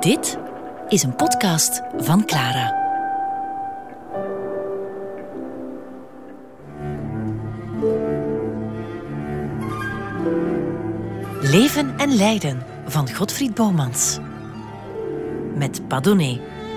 Dit is een podcast van Clara. Leven en lijden van Godfried Bomans. Met Padone.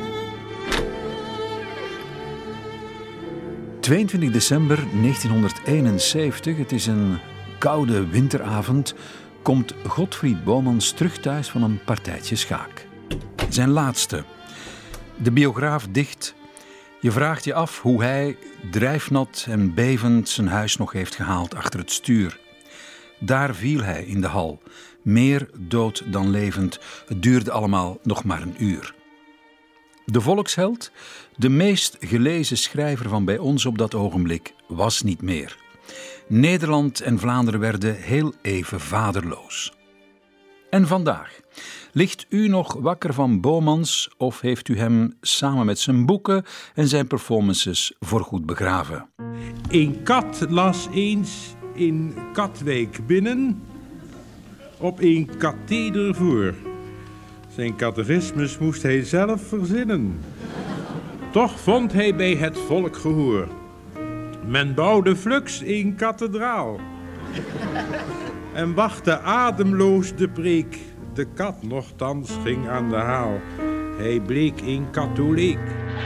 22 december 1971, het is een koude winteravond, komt Godfried Bomans terug thuis van een partijtje schaak. Zijn laatste. De biograaf dicht. Je vraagt je af hoe hij, drijfnat en bevend, zijn huis nog heeft gehaald achter het stuur. Daar viel hij in de hal. Meer dood dan levend. Het duurde allemaal nog maar een uur. De volksheld, de meest gelezen schrijver van bij ons op dat ogenblik, was niet meer. Nederland en Vlaanderen werden heel even vaderloos. En vandaag, ligt u nog wakker van Bomans of heeft u hem samen met zijn boeken en zijn performances voorgoed begraven? Een kat las eens in Katwijk binnen op een katheder voor. Zijn catechismus moest hij zelf verzinnen. Toch vond hij bij het volk gehoor. Men bouwde fluks een kathedraal. En wachtte ademloos de preek. De kat nochtans ging aan de haal. Hij bleek een katholiek.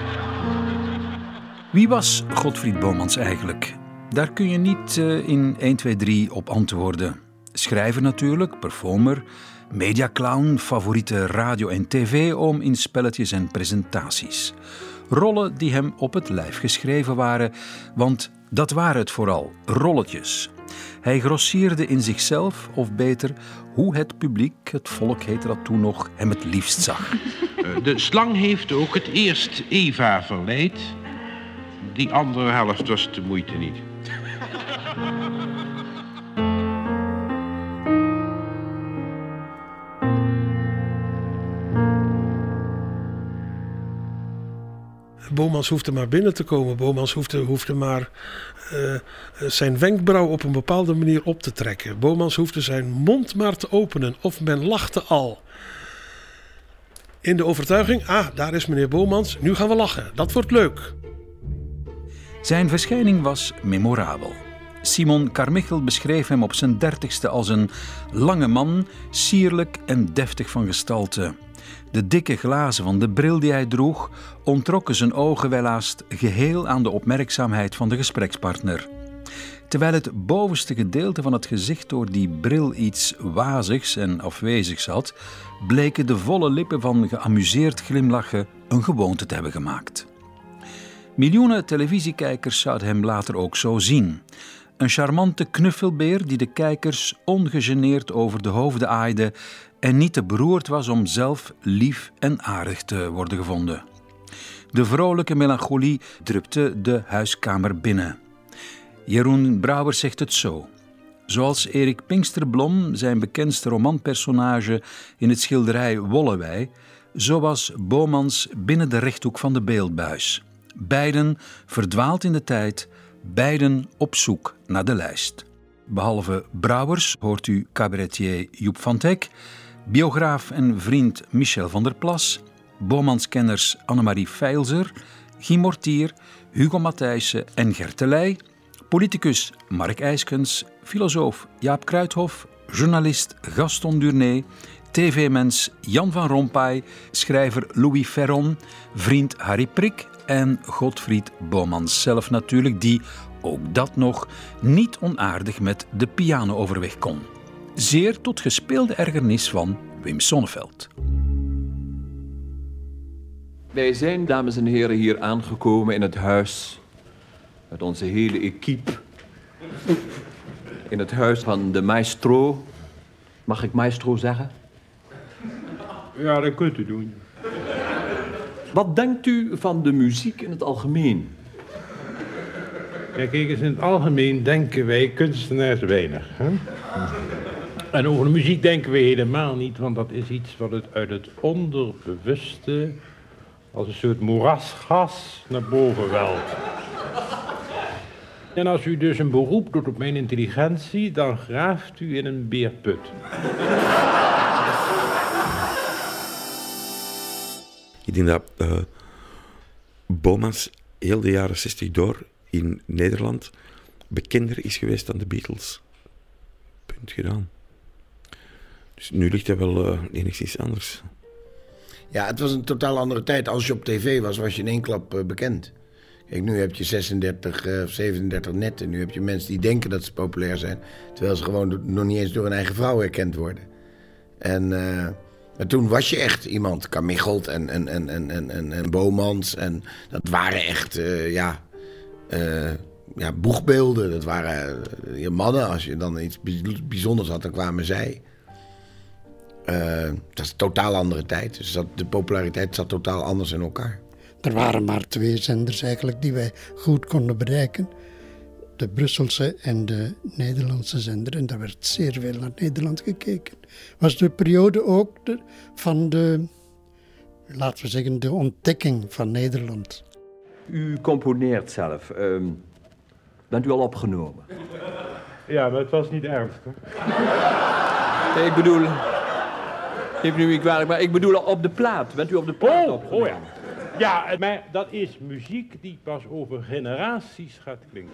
Wie was Godfried Bomans eigenlijk? Daar kun je niet in 1, 2, 3 op antwoorden. Schrijver natuurlijk, performer, mediaclown, favoriete radio- en tv-oom in spelletjes en presentaties. Rollen die hem op het lijf geschreven waren, want dat waren het vooral, rolletjes. Hij grossierde in zichzelf, of beter, hoe het publiek, het volk heette dat toen nog, hem het liefst zag. De slang heeft ook het eerst Eva verleid. Die andere helft was de moeite niet. Bomans hoefde maar binnen te komen. Bomans hoefde maar zijn wenkbrauw op een bepaalde manier op te trekken. Bomans hoefde zijn mond maar te openen of men lachte al. In de overtuiging, daar is meneer Bomans, nu gaan we lachen. Dat wordt leuk. Zijn verschijning was memorabel. Simon Carmichael beschreef hem op zijn 30ste als een lange man, sierlijk en deftig van gestalte. De dikke glazen van de bril die hij droeg onttrokken zijn ogen welhaast geheel aan de opmerkzaamheid van de gesprekspartner. Terwijl het bovenste gedeelte van het gezicht door die bril iets wazigs en afwezigs had, bleken de volle lippen van geamuseerd glimlachen een gewoonte te hebben gemaakt. Miljoenen televisiekijkers zouden hem later ook zo zien. Een charmante knuffelbeer die de kijkers ongegeneerd over de hoofden aaide en niet te beroerd was om zelf lief en aardig te worden gevonden. De vrolijke melancholie drupte de huiskamer binnen. Jeroen Brouwers zegt het zo. Zoals Erik Pinksterblom, zijn bekendste romanpersonage in het schilderij Wollewij, zo was Bomans binnen de rechthoek van de beeldbuis. Beiden verdwaald in de tijd, beiden op zoek naar de lijst. Behalve Brouwers hoort u cabaretier Joep van Teck, biograaf en vriend Michel van der Plas, Bomanskenners Annemarie Feilzer, Guy Mortier, Hugo Matthijssen en Gert de Leij, politicus Mark Eyskens, filosoof Jaap Kruithof, journalist Gaston Durné, tv-mens Jan van Rompuy, schrijver Louis Ferron, vriend Harry Prik en Godfried Bomans zelf natuurlijk, die, ook dat nog, niet onaardig met de piano overweg kon. Zeer tot gespeelde ergernis van Wim Sonneveld. Wij zijn, dames en heren, hier aangekomen in het huis met onze hele equipe. In het huis van de maestro. Mag ik maestro zeggen? Ja, dat kunt u doen. Wat denkt u van de muziek in het algemeen? Ja, kijk eens, in het algemeen denken wij kunstenaars weinig. Hè? En over de muziek denken we helemaal niet, want dat is iets wat het uit het onderbewuste als een soort moerasgas naar boven welt. En als u dus een beroep doet op mijn intelligentie, dan graaft u in een beerput. Ik denk dat Boomans heel de jaren 60 door in Nederland bekender is geweest dan de Beatles. Punt gedaan. Dus nu ligt hij wel enigszins anders. Ja, het was een totaal andere tijd. Als je op tv was, was je in één klap bekend. Kijk, nu heb je 36 of 37 netten. Nu heb je mensen die denken dat ze populair zijn, terwijl ze gewoon nog niet eens door hun eigen vrouw herkend worden. Maar toen was je echt iemand, Carmichelt en Boomans. En dat waren echt, boegbeelden. Dat waren je mannen. Als je dan iets bijzonders had, dan kwamen zij. Dat is een totaal andere tijd. Dus de populariteit zat totaal anders in elkaar. Er waren maar 2 zenders eigenlijk die wij goed konden bereiken. De Brusselse en de Nederlandse zender. En daar werd zeer veel naar Nederland gekeken. Was de periode ook van de, laten we zeggen, de ontdekking van Nederland. U componeert zelf. Bent u al opgenomen? Ja, maar het was niet ernstig. Nee, ik bedoel... Geef nu niet kwalijk, maar ik bedoel op de plaat. Bent u op de plaat opgenomen? Oh ja. Ja, maar dat is muziek die pas over generaties gaat klinken.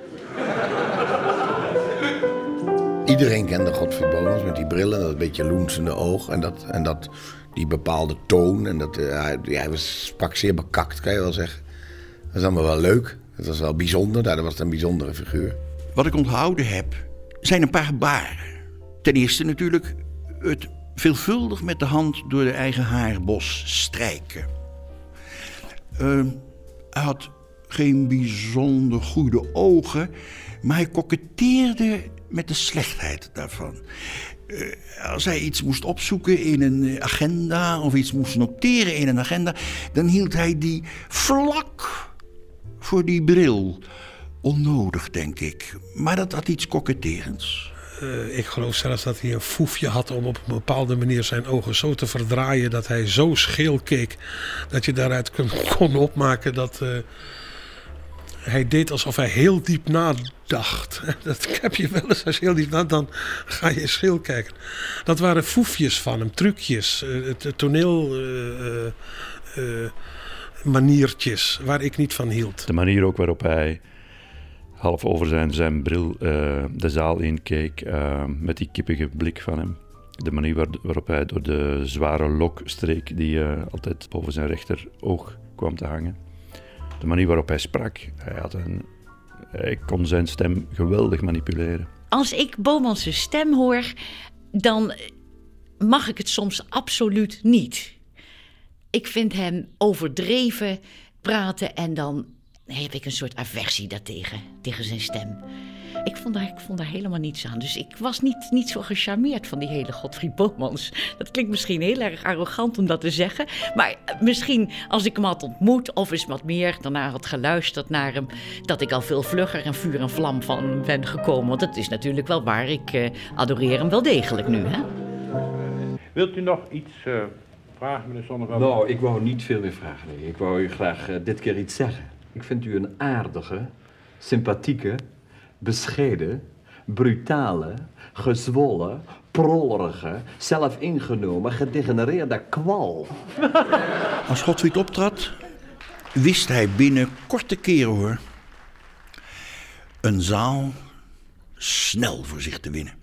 Iedereen kende Godfried Bomans met die bril en dat beetje loensende oog. En dat die bepaalde toon. En hij sprak zeer bekakt, kan je wel zeggen. Dat was allemaal wel leuk. Dat was wel bijzonder. Dat was een bijzondere figuur. Wat ik onthouden heb, zijn een paar gebaren. Ten eerste natuurlijk het veelvuldig met de hand door de eigen haarbos strijken. Hij had geen bijzonder goede ogen, maar hij koketteerde met de slechtheid daarvan. Als hij iets moest opzoeken in een agenda of iets moest noteren in een agenda, dan hield hij die vlak voor die bril. Onnodig, denk ik. Maar dat had iets koketterends. Ik geloof zelfs dat hij een foefje had om op een bepaalde manier zijn ogen zo te verdraaien dat hij zo scheel keek dat je daaruit kon opmaken dat hij deed alsof hij heel diep nadacht. Dat heb je wel eens, als je heel diep nadacht, dan ga je scheel kijken. Dat waren foefjes van hem, trucjes, toneelmaniertjes waar ik niet van hield. De manier ook waarop hij half over zijn bril de zaal inkeek met die kippige blik van hem. De manier waarop hij door de zware lokstreek die altijd boven zijn rechteroog kwam te hangen. De manier waarop hij sprak. Hij kon zijn stem geweldig manipuleren. Als ik Bomans' stem hoor, dan mag ik het soms absoluut niet. Ik vind hem overdreven praten en dan heb ik een soort aversie daartegen, tegen zijn stem. Ik vond daar helemaal niets aan. Dus ik was niet zo gecharmeerd van die hele Godfried Bomans. Dat klinkt misschien heel erg arrogant om dat te zeggen. Maar misschien als ik hem had ontmoet of eens wat meer daarna had geluisterd naar hem, dat ik al veel vlugger en vuur en vlam van hem ben gekomen. Want het is natuurlijk wel waar. Ik adoreer hem wel degelijk nu. Hè? Wilt u nog iets vragen, meneer Sonneveld? Nou, ik wou niet veel meer vragen. Nee. Ik wou u graag dit keer iets zeggen. Ik vind u een aardige, sympathieke, bescheiden, brutale, gezwollen, prollerige, zelfingenomen, gedegenereerde kwal. Als Godfried optrad, wist hij binnen korte keren, hoor, een zaal snel voor zich te winnen.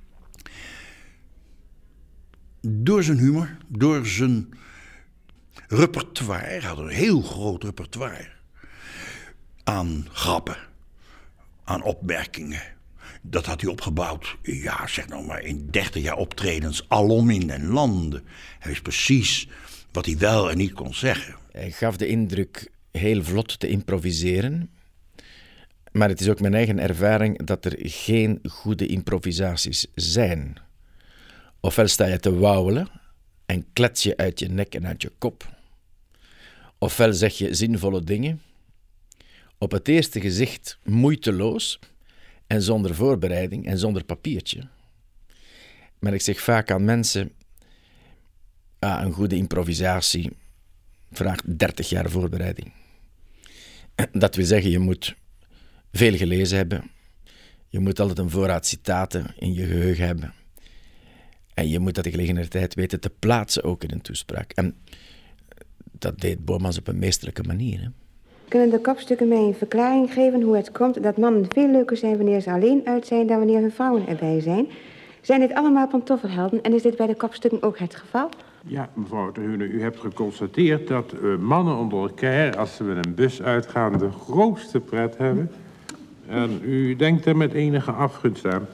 Door zijn humor, door zijn repertoire, hij had een heel groot repertoire aan grappen, aan opmerkingen. Dat had hij opgebouwd, ja, zeg nou maar, in 30 jaar optredens alom in den landen. Hij wist precies wat hij wel en niet kon zeggen. Hij gaf de indruk heel vlot te improviseren. Maar het is ook mijn eigen ervaring dat er geen goede improvisaties zijn. Ofwel sta je te wauwelen en klets je uit je nek en uit je kop. Ofwel zeg je zinvolle dingen, op het eerste gezicht moeiteloos en zonder voorbereiding en zonder papiertje. Maar ik zeg vaak aan mensen, een goede improvisatie vraagt 30 jaar voorbereiding. Dat wil zeggen, je moet veel gelezen hebben. Je moet altijd een voorraad citaten in je geheugen hebben. En je moet dat tegelijkertijd weten te plaatsen ook in een toespraak. En dat deed Boomans op een meesterlijke manier. Hè? Kunnen de kopstukken mij een verklaring geven hoe het komt dat mannen veel leuker zijn wanneer ze alleen uit zijn dan wanneer hun vrouwen erbij zijn? Zijn dit allemaal pantoffelhelden en is dit bij de kopstukken ook het geval? Ja, mevrouw Terhune, u hebt geconstateerd dat mannen onder elkaar, als ze met een bus uitgaan, de grootste pret hebben. En u denkt er met enige afgunst aan.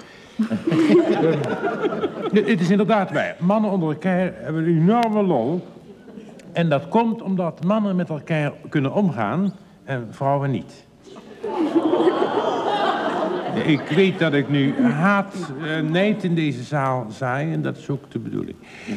Het is inderdaad waar. Mannen onder elkaar hebben een enorme lol. En dat komt omdat mannen met elkaar kunnen omgaan en vrouwen niet. Ik weet dat ik nu haat, nijd in deze zaal zaai en dat is ook de bedoeling.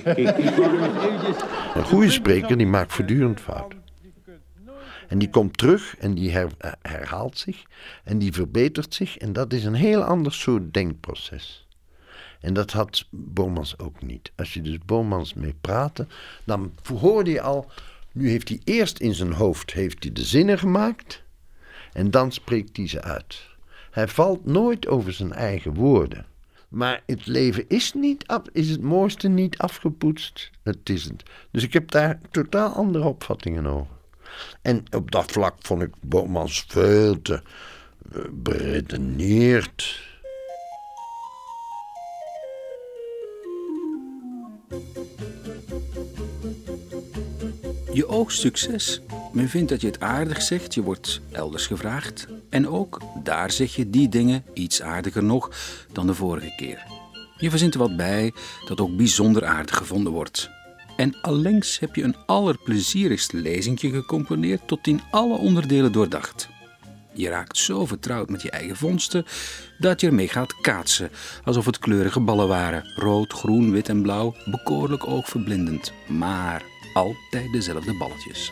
Een goede spreker die maakt voortdurend fout. En die komt terug en die herhaalt zich en die verbetert zich. En dat is een heel ander soort denkproces. En dat had Boomans ook niet. Als je dus Boomans mee praatte, dan hoorde je al... Nu heeft hij eerst in zijn hoofd de zinnen gemaakt en dan spreekt hij ze uit. Hij valt nooit over zijn eigen woorden. Maar het leven is het mooiste niet afgepoetst. Het is het. Dus ik heb daar totaal andere opvattingen over. En op dat vlak vond ik Boomans veel te beredeneerd. Je oogst succes. Men vindt dat je het aardig zegt, je wordt elders gevraagd. En ook, daar zeg je die dingen iets aardiger nog dan de vorige keer. Je verzint er wat bij dat ook bijzonder aardig gevonden wordt. En allengs heb je een allerplezierigst lezingje gecomponeerd tot in alle onderdelen doordacht. Je raakt zo vertrouwd met je eigen vondsten dat je ermee gaat kaatsen, alsof het kleurige ballen waren. Rood, groen, wit en blauw, bekoorlijk oogverblindend, maar altijd dezelfde balletjes.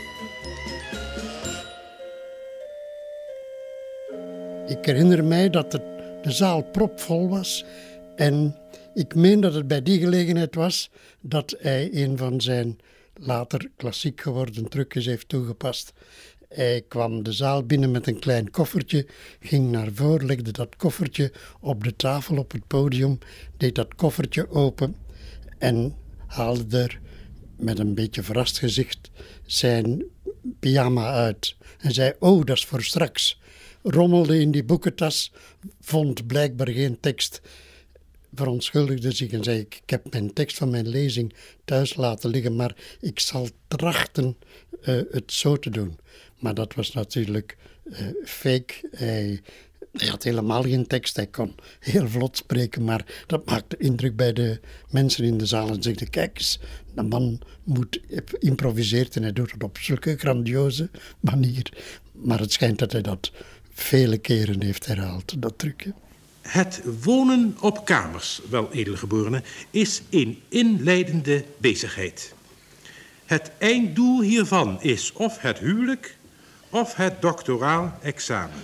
Ik herinner mij dat de zaal propvol was en ik meen dat het bij die gelegenheid was dat hij een van zijn later klassiek geworden trucjes heeft toegepast. Hij kwam de zaal binnen met een klein koffertje, ging naar voren, legde dat koffertje op de tafel op het podium, deed dat koffertje open en haalde er met een beetje verrast gezicht zijn pyjama uit. En zei, oh, dat is voor straks. Rommelde in die boekentas, vond blijkbaar geen tekst, verontschuldigde zich en zei, ik heb mijn tekst van mijn lezing thuis laten liggen, maar ik zal trachten het zo te doen. Maar dat was natuurlijk fake. Hij had helemaal geen tekst, hij kon heel vlot spreken, maar dat maakte indruk bij de mensen in de zaal en zeiden, kijk eens, de man improviseert en hij doet het op zulke grandioze manier. Maar het schijnt dat hij dat vele keren heeft herhaald, dat trucje. Het wonen op kamers, wel edelgeborene, is een inleidende bezigheid. Het einddoel hiervan is of het huwelijk of het doctoraal examen.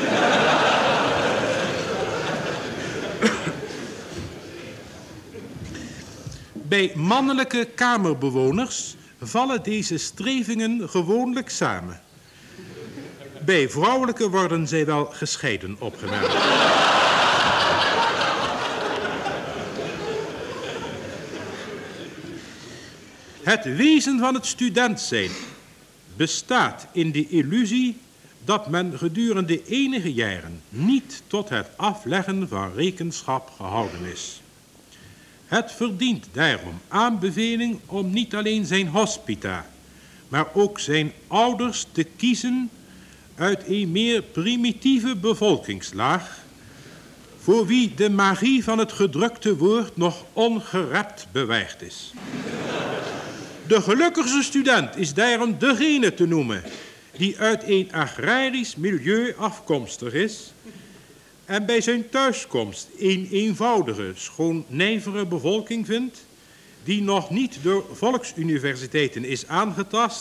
Bij mannelijke kamerbewoners vallen deze strevingen gewoonlijk samen. Bij vrouwelijke worden zij wel gescheiden opgemerkt. Het wezen van het student zijn bestaat in de illusie dat men gedurende enige jaren niet tot het afleggen van rekenschap gehouden is. Het verdient daarom aanbeveling om niet alleen zijn hospita, maar ook zijn ouders te kiezen uit een meer primitieve bevolkingslaag, voor wie de magie van het gedrukte woord nog ongerept bewaard is. De gelukkigste student is daarom degene te noemen die uit een agrarisch milieu afkomstig is en bij zijn thuiskomst een eenvoudige, schoon nijvere bevolking vindt die nog niet door volksuniversiteiten is aangetast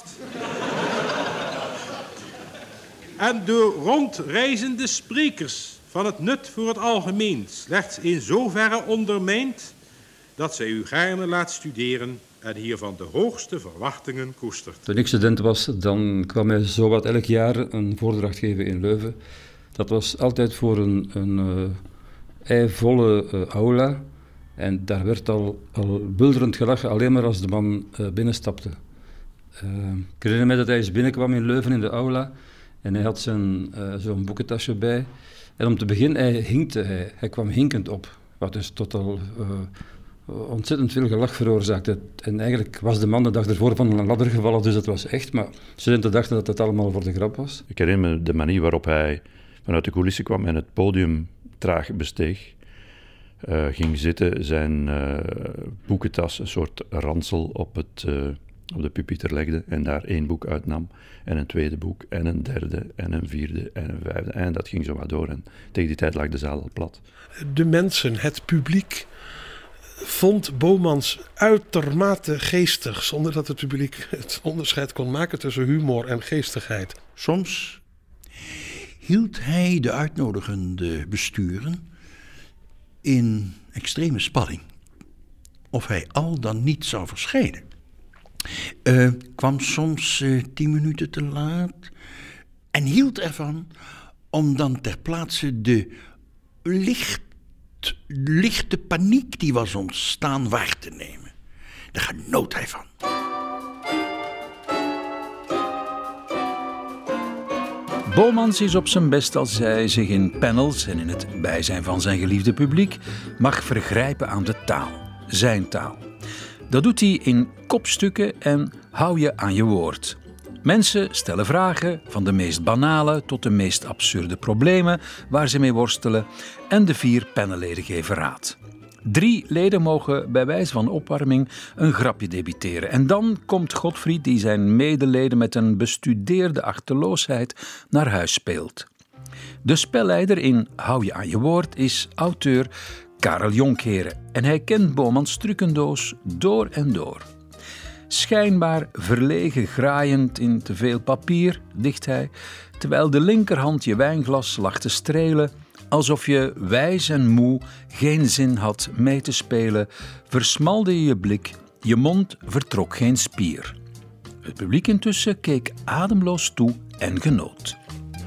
en door rondreizende sprekers van het nut voor het algemeen slechts in zoverre ondermijnt dat zij u gaarne laat studeren en hiervan de hoogste verwachtingen koestert. Toen ik student was, dan kwam hij zowat elk jaar een voordracht geven in Leuven. Dat was altijd voor een eivolle aula. En daar werd al bulderend gelachen, alleen maar als de man binnenstapte. Ik herinner me dat hij eens binnenkwam in Leuven in de aula en hij had zo'n boekentasje bij. En om te beginnen, hij kwam hinkend op, wat dus totaal ontzettend veel gelach veroorzaakte. En eigenlijk was de man de dag ervoor van een ladder gevallen, dus dat was echt. Maar studenten dachten dat het allemaal voor de grap was. Ik herinner me de manier waarop hij vanuit de coulissen kwam en het podium traag besteeg. Ging zitten, zijn boekentas, een soort ransel op de pupieter legde en daar 1 boek uitnam en een tweede boek en een derde en een vierde en een vijfde. En dat ging zo maar door en tegen die tijd lag de zaal al plat. De mensen, het publiek, vond Bomans uitermate geestig, zonder dat het publiek het onderscheid kon maken tussen humor en geestigheid. Soms hield hij de uitnodigende besturen in extreme spanning of hij al dan niet zou verschijnen. Kwam soms 10 minuten te laat en hield ervan om dan ter plaatse de lichte paniek die was ontstaan waar te nemen. Daar genoot hij van. Bomans is op zijn best als hij zich in panels en in het bijzijn van zijn geliefde publiek mag vergrijpen aan de taal, zijn taal. Dat doet hij in kopstukken en hou je aan je woord. Mensen stellen vragen, van de meest banale tot de meest absurde problemen waar ze mee worstelen, en de 4 panelleden geven raad. 3 leden mogen bij wijze van opwarming een grapje debiteren. En dan komt Godfried die zijn medeleden met een bestudeerde achterloosheid naar huis speelt. De spelleider in Hou je aan je woord is auteur Karel Jonkheren en hij kent Bomans trucendoos door en door. Schijnbaar verlegen graaiend in te veel papier, dicht hij, terwijl de linkerhand je wijnglas lag te strelen, alsof je wijs en moe geen zin had mee te spelen, versmalde je blik, je mond vertrok geen spier. Het publiek intussen keek ademloos toe en genoot.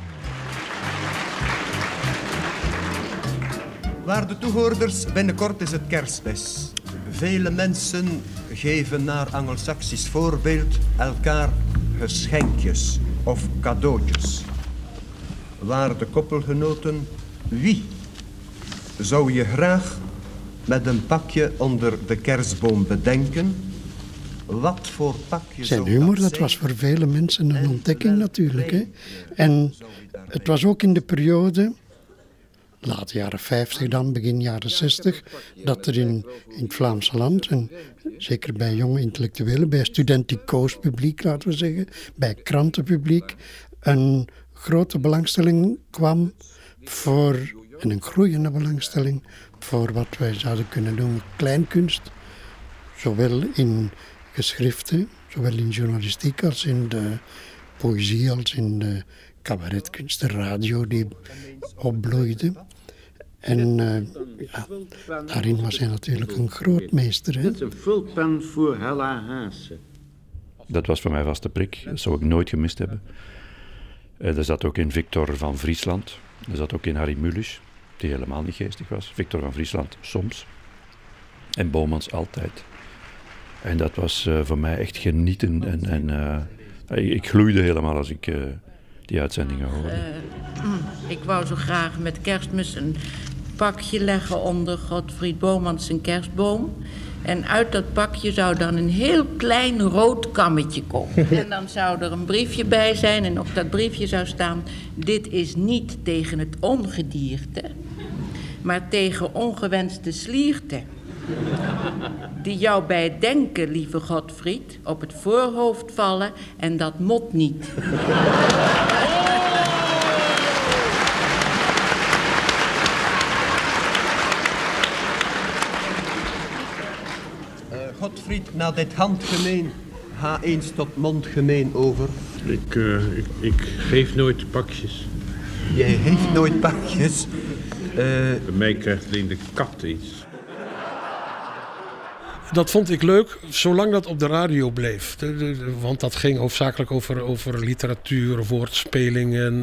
Waarde toehoorders, binnenkort is het Kerstmis. Vele mensen geven naar Angelsaksisch voorbeeld elkaar geschenkjes of cadeautjes. Waarde koppelgenoten, wie zou je graag met een pakje onder de kerstboom bedenken? Wat voor pakje zijn zou humor, dat dat zijn? was voor vele mensen een ontdekking natuurlijk. Hè. En het was ook in de periode, laat jaren 50 dan, begin jaren 60, dat er in het Vlaamse land, en zeker bij jonge intellectuelen, bij studenticoos publiek, laten we zeggen, bij krantenpubliek, een grote belangstelling kwam voor, en een groeiende belangstelling voor wat wij zouden kunnen noemen kleinkunst, zowel in geschriften, zowel in journalistiek als in de poëzie, als in de cabaretkunst, de radio die opbloeide. En daarin was hij natuurlijk een grootmeester. Hè? Dit is een vulpen voor Hella Haase. Dat was voor mij vast de prik. Dat zou ik nooit gemist hebben. Er zat ook in Victor van Friesland. Er zat ook in Harry Mulisch, die helemaal niet geestig was. Victor van Friesland soms. En Bomans altijd. En dat was voor mij echt genieten. Ik gloeide helemaal als ik die uitzendingen hoorde. Ik wou zo graag met Kerstmis een pakje leggen onder Godfried Bomans zijn kerstboom. En uit dat pakje zou dan een heel klein rood kammetje komen. En dan zou er een briefje bij zijn en op dat briefje zou staan: dit is niet tegen het ongedierte, maar tegen ongewenste slierte. Die jou bij het denken, lieve Godfried, op het voorhoofd vallen en dat mot niet. Godfried, na dit handgemeen, ga eens tot mondgemeen over. Ik geef nooit pakjes. Jij geeft nooit pakjes. Bij mij krijgt alleen de kat iets. Dat vond ik leuk, zolang dat op de radio bleef. Want dat ging hoofdzakelijk over literatuur, woordspelingen,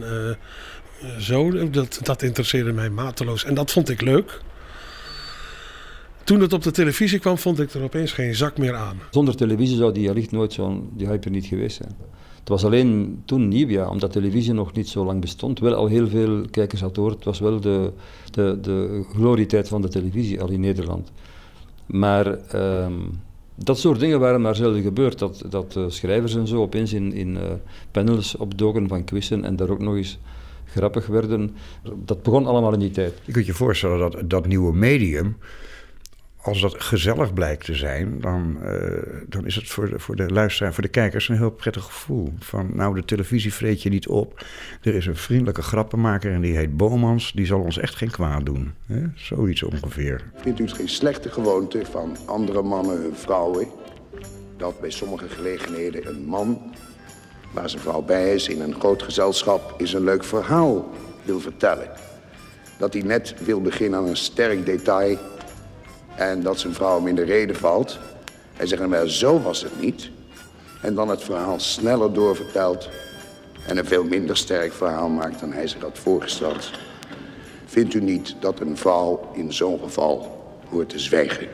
zo. Dat interesseerde mij mateloos. En dat vond ik leuk. Toen het op de televisie kwam, vond ik er opeens geen zak meer aan. Zonder televisie zou die allicht nooit die hype er niet geweest zijn. Het was alleen toen nieuw, ja, omdat televisie nog niet zo lang bestond. Wel al heel veel kijkers had hoor. Het was wel de glorietijd van de televisie al in Nederland. Maar dat soort dingen waren maar zelden gebeurd. Dat schrijvers en zo opeens in panels opdoken van quizzen en daar ook nog eens grappig werden. Dat begon allemaal in die tijd. Je kunt je voorstellen dat dat nieuwe medium, als dat gezellig blijkt te zijn, dan is het voor de luisteraar, voor de kijkers een heel prettig gevoel. Van nou, de televisie vreet je niet op. Er is een vriendelijke grappenmaker en die heet Bomans. Die zal ons echt geen kwaad doen. Hè? Zoiets ongeveer. Vindt u het geen slechte gewoonte van andere mannen hun vrouwen, dat bij sommige gelegenheden een man, waar zijn vrouw bij is, in een groot gezelschap, is een leuk verhaal wil vertellen? Dat hij net wil beginnen aan een sterk detail en dat zijn vrouw hem in de rede valt. Hij zegt, maar zo was het niet. En dan het verhaal sneller doorvertelt en een veel minder sterk verhaal maakt dan hij zich had voorgesteld. Vindt u niet dat een vrouw in zo'n geval hoort te zwijgen?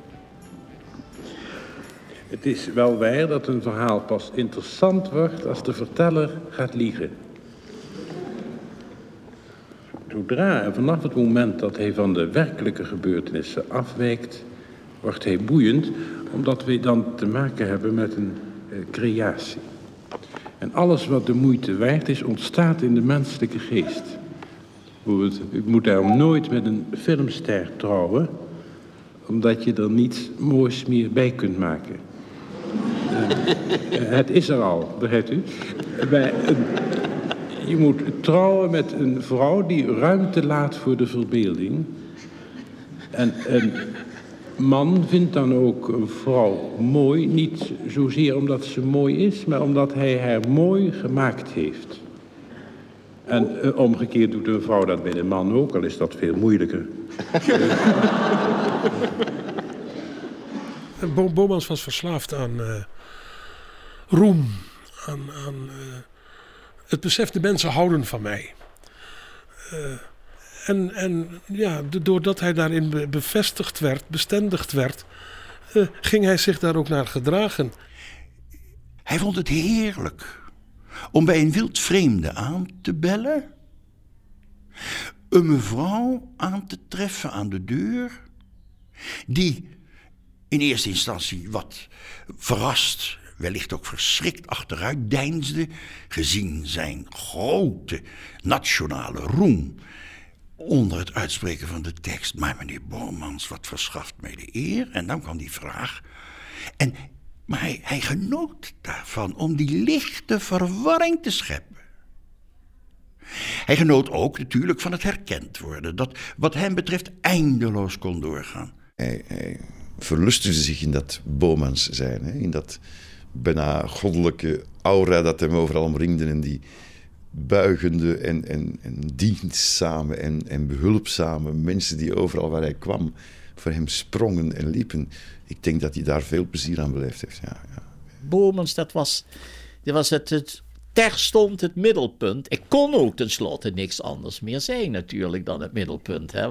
Het is wel waar dat een verhaal pas interessant wordt als de verteller gaat liegen. Zodra en vanaf het moment dat hij van de werkelijke gebeurtenissen afwijkt, wordt hij boeiend, omdat we dan te maken hebben met een creatie. En alles wat de moeite waard is, ontstaat in de menselijke geest. U moet daarom nooit met een filmster trouwen, omdat je er niets moois meer bij kunt maken. Het is er al, begrijpt u? Je moet trouwen met een vrouw die ruimte laat voor de verbeelding. En een man vindt dan ook een vrouw mooi, niet zozeer omdat ze mooi is, maar omdat hij haar mooi gemaakt heeft. En omgekeerd doet een vrouw dat bij een man ook, al is dat veel moeilijker. Bomans was verslaafd aan roem, aan het besef, de mensen houden van mij. En ja, doordat hij daarin bevestigd werd, bestendigd werd, ging hij zich daar ook naar gedragen. Hij vond het heerlijk om bij een wildvreemde aan te bellen, een mevrouw aan te treffen aan de deur, die in eerste instantie wat verrast, wellicht ook verschrikt achteruit deinsde, gezien zijn grote nationale roem onder het uitspreken van de tekst. Maar meneer Bomans, wat verschaft mij de eer? En dan kwam die vraag. Maar hij genoot daarvan om die lichte verwarring te scheppen. Hij genoot ook natuurlijk van het herkend worden, dat wat hem betreft eindeloos kon doorgaan. Hij verlustigde zich in dat Bomans zijn, hè? In dat bijna goddelijke aura dat hem overal omringde en die buigende en dienstzame en behulpzame mensen die overal waar hij kwam voor hem sprongen en liepen. Ik denk dat hij daar veel plezier aan beleefd heeft. Ja. Bomans, dat was het terstond het middelpunt. Ik kon ook tenslotte niks anders meer zijn natuurlijk dan het middelpunt. Hè?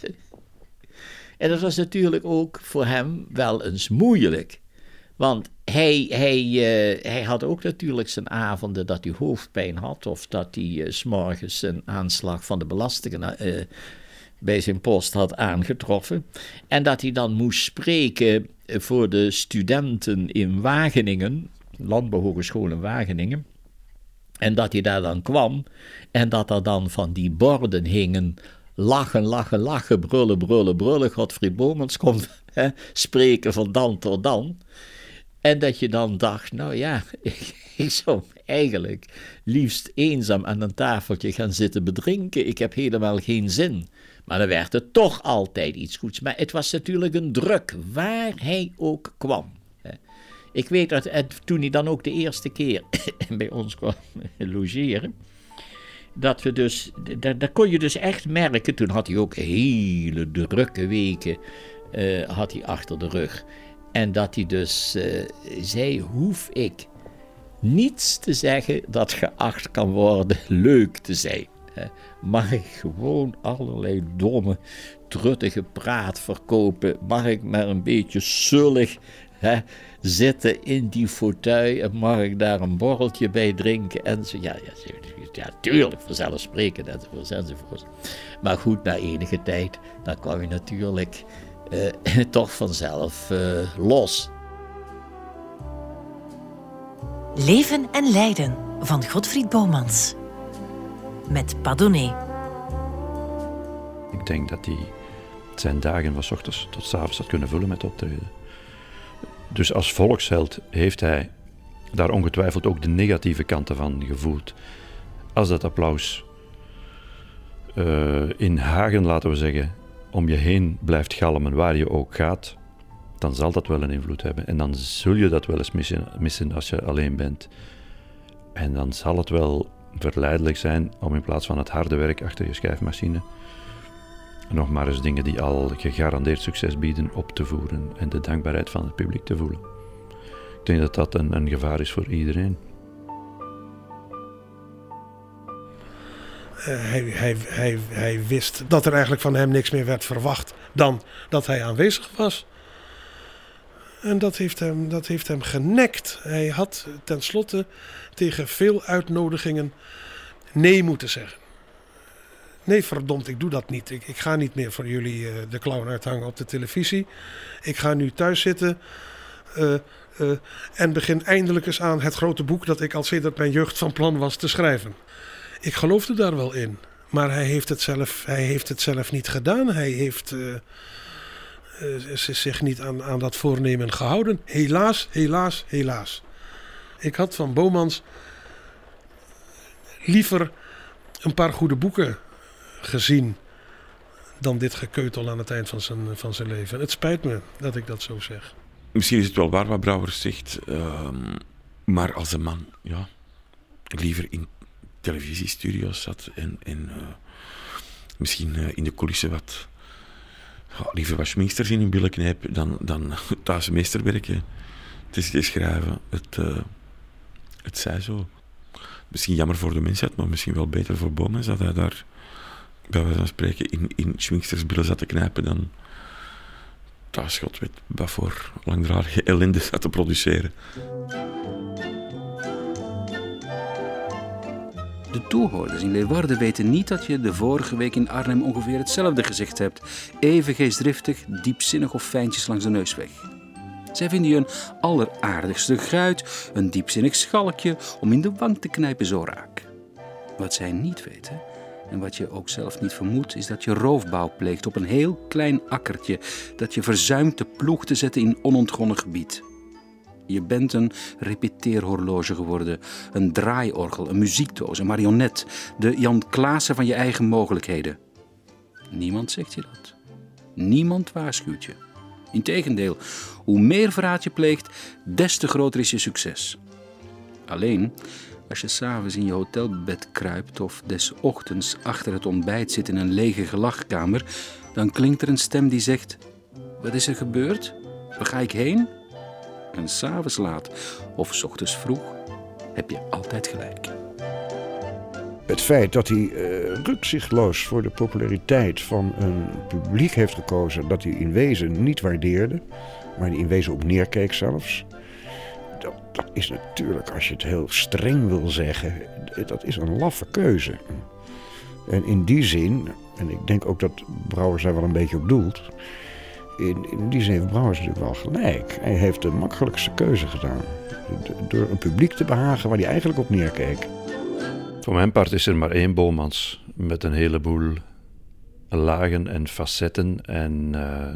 En dat was natuurlijk ook voor hem wel eens moeilijk. Want hij had ook natuurlijk zijn avonden dat hij hoofdpijn had, of dat hij 's morgens een aanslag van de belastingen bij zijn post had aangetroffen. En dat hij dan moest spreken voor de studenten in Wageningen, Landbouwhogeschool in Wageningen. En dat hij daar dan kwam en dat er dan van die borden hingen: lachen, lachen, lachen, brullen, brullen, brullen. Godfried Bomans komt spreken van dan tot dan. En dat je dan dacht, nou ja, ik zou eigenlijk liefst eenzaam aan een tafeltje gaan zitten bedrinken. Ik heb helemaal geen zin. Maar dan werd het toch altijd iets goeds. Maar het was natuurlijk een druk, waar hij ook kwam. Ik weet dat toen hij dan ook de eerste keer bij ons kwam logeren, dat we dus, daar kon je dus echt merken, toen had hij ook hele drukke weken had hij achter de rug. En dat hij dus zei, hoef ik niets te zeggen dat geacht kan worden leuk te zijn. Mag ik gewoon allerlei domme, truttige praat verkopen? Mag ik maar een beetje zullig zitten in die fauteuil en mag ik daar een borreltje bij drinken? En zo, ja, tuurlijk, vanzelfsprekend enzovoort. Maar goed, na enige tijd, dan kwam je natuurlijk toch vanzelf los. Leven en lijden van Godfried Bomans. Met Padone. Ik denk dat hij zijn dagen van 's ochtends tot 's avonds had kunnen vullen met optreden. Dus als volksheld heeft hij daar ongetwijfeld ook de negatieve kanten van gevoeld. Als dat applaus in Hagen, laten we zeggen, om je heen blijft galmen waar je ook gaat, dan zal dat wel een invloed hebben. En dan zul je dat wel eens missen als je alleen bent. En dan zal het wel verleidelijk zijn om in plaats van het harde werk achter je schrijfmachine nog maar eens dingen die al gegarandeerd succes bieden op te voeren en de dankbaarheid van het publiek te voelen. Ik denk dat dat een gevaar is voor iedereen. Hij wist dat er eigenlijk van hem niks meer werd verwacht dan dat hij aanwezig was. En dat heeft hem genekt. Hij had tenslotte tegen veel uitnodigingen nee moeten zeggen. Nee, verdomd, ik doe dat niet. Ik ga niet meer voor jullie de clown uithangen op de televisie. Ik ga nu thuis zitten en begin eindelijk eens aan het grote boek dat ik al sedert mijn jeugd van plan was te schrijven. Ik geloofde daar wel in, maar hij heeft het zelf niet gedaan. Hij heeft zich niet aan dat voornemen gehouden. Helaas, helaas, helaas. Ik had van Bomans liever een paar goede boeken gezien dan dit gekeutel aan het eind van zijn leven. Het spijt me dat ik dat zo zeg. Misschien is het wel waar wat Brouwers zegt, maar als een man liever in televisiestudio's zat en misschien in de coulissen liever wat schminksters in hun billen knijpen dan thuis meesterwerken te schrijven. Het zij zo. Misschien jammer voor de mensheid, maar misschien wel beter voor Bomans dat hij daar bij wijze van spreken in schminkstersbillen zat te knijpen dan thuis God weet wat voor langdradige ellende zat te produceren. De toehoorders in Leeuwarden weten niet dat je de vorige week in Arnhem ongeveer hetzelfde gezegd hebt. Even geestdriftig, diepzinnig of fijntjes langs de neus weg. Zij vinden je een alleraardigste gruit, een diepzinnig schalkje om in de wang te knijpen zo raak. Wat zij niet weten, en wat je ook zelf niet vermoedt, is dat je roofbouw pleegt op een heel klein akkertje dat je verzuimt de ploeg te zetten in onontgonnen gebied. Je bent een repeteerhorloge geworden, een draaiorgel, een muziekdoos, een marionet, de Jan Klaassen van je eigen mogelijkheden. Niemand zegt je dat. Niemand waarschuwt je. Integendeel, hoe meer verraad je pleegt, des te groter is je succes. Alleen, als je 's avonds in je hotelbed kruipt of des ochtends achter het ontbijt zit in een lege gelachkamer, dan klinkt er een stem die zegt: wat is er gebeurd? Waar ga ik heen? En 's avonds laat of 's ochtends vroeg heb je altijd gelijk. Het feit dat hij rukzichtloos voor de populariteit van een publiek heeft gekozen dat hij in wezen niet waardeerde, maar die in wezen op neerkeek zelfs, dat is natuurlijk, als je het heel streng wil zeggen, dat is een laffe keuze. En in die zin, en ik denk ook dat Brouwers daar wel een beetje op doelt, in die zin heeft Brouwers natuurlijk wel gelijk. Hij heeft de makkelijkste keuze gedaan. Door een publiek te behagen waar hij eigenlijk op neerkeek. Voor mijn part is er maar één Bomans met een heleboel lagen en facetten en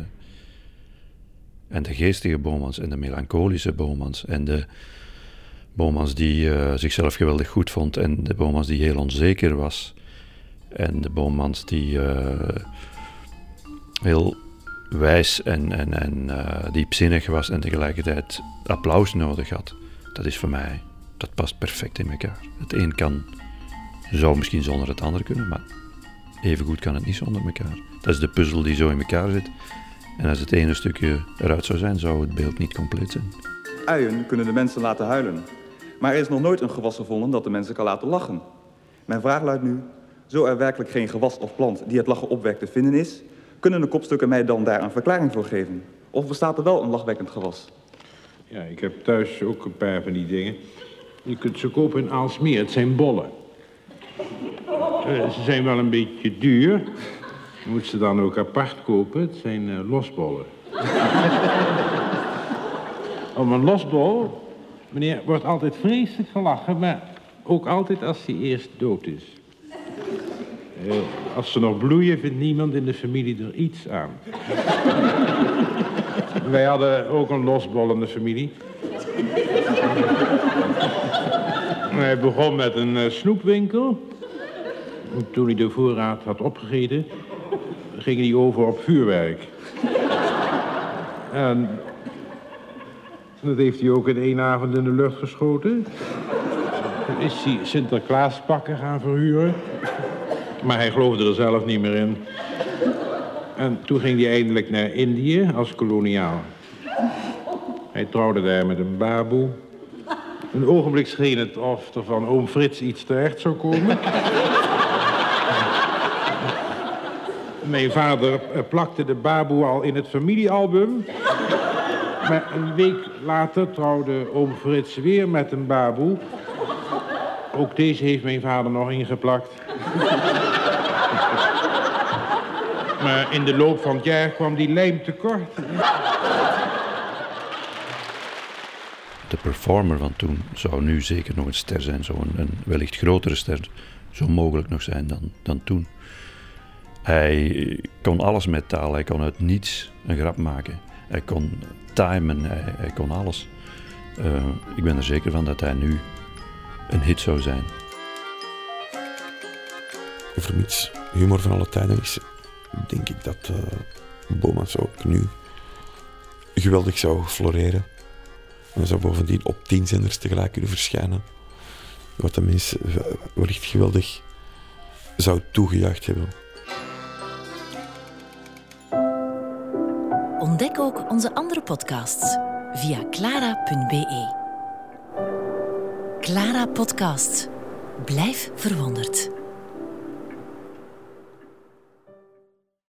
de geestige Bomans en de melancholische Bomans en de Bomans die zichzelf geweldig goed vond en de Bomans die heel onzeker was en de Bomans die heel wijs en diepzinnig was en tegelijkertijd applaus nodig had. Dat is voor mij, dat past perfect in elkaar. Het een zou misschien zonder het ander kunnen, maar evengoed kan het niet zonder elkaar. Dat is de puzzel die zo in elkaar zit. En als het ene stukje eruit zou zijn, zou het beeld niet compleet zijn. Uien kunnen de mensen laten huilen. Maar er is nog nooit een gewas gevonden dat de mensen kan laten lachen. Mijn vraag luidt nu: Zo er werkelijk geen gewas of plant die het lachen opwekt te vinden is, kunnen de kopstukken mij dan daar een verklaring voor geven? Of bestaat er wel een lachwekkend gewas? Ja, ik heb thuis ook een paar van die dingen. Je kunt ze kopen in Aalsmeer. Het zijn bollen. Ze zijn wel een beetje duur. Je moet ze dan ook apart kopen. Het zijn losbollen. Om een losbol, meneer, wordt altijd vreselijk gelachen, maar ook altijd als hij eerst dood is. Als ze nog bloeien, vindt niemand in de familie er iets aan. Wij hadden ook een losbol in de familie. Hij begon met een snoepwinkel. Toen hij de voorraad had opgegeten, ging hij over op vuurwerk. En dat heeft hij ook in 1 avond in de lucht geschoten. Toen is hij Sinterklaaspakken gaan verhuren. Maar hij geloofde er zelf niet meer in. En toen ging hij eindelijk naar Indië als koloniaal. Hij trouwde daar met een baboe. Een ogenblik scheen het of er van oom Frits iets terecht zou komen. Mijn vader plakte de baboe al in het familiealbum. Maar een week later trouwde oom Frits weer met een baboe. Ook deze heeft mijn vader nog ingeplakt. Maar in de loop van het jaar kwam die lijm tekort. De performer van toen zou nu zeker nog een ster zijn. Zou een wellicht grotere ster zo mogelijk nog zijn dan toen. Hij kon alles met taal. Hij kon uit niets een grap maken. Hij kon timen. Hij kon alles. Ik ben er zeker van dat hij nu een hit zou zijn. Vermits humor van alle tijden is, denk ik dat Bomans ook nu geweldig zou floreren. En zou bovendien op 10 zenders tegelijk kunnen verschijnen. Wat de mensen wellicht geweldig zou toegejuicht hebben. Ontdek ook onze andere podcasts via clara.be. Clara Podcast. Blijf verwonderd.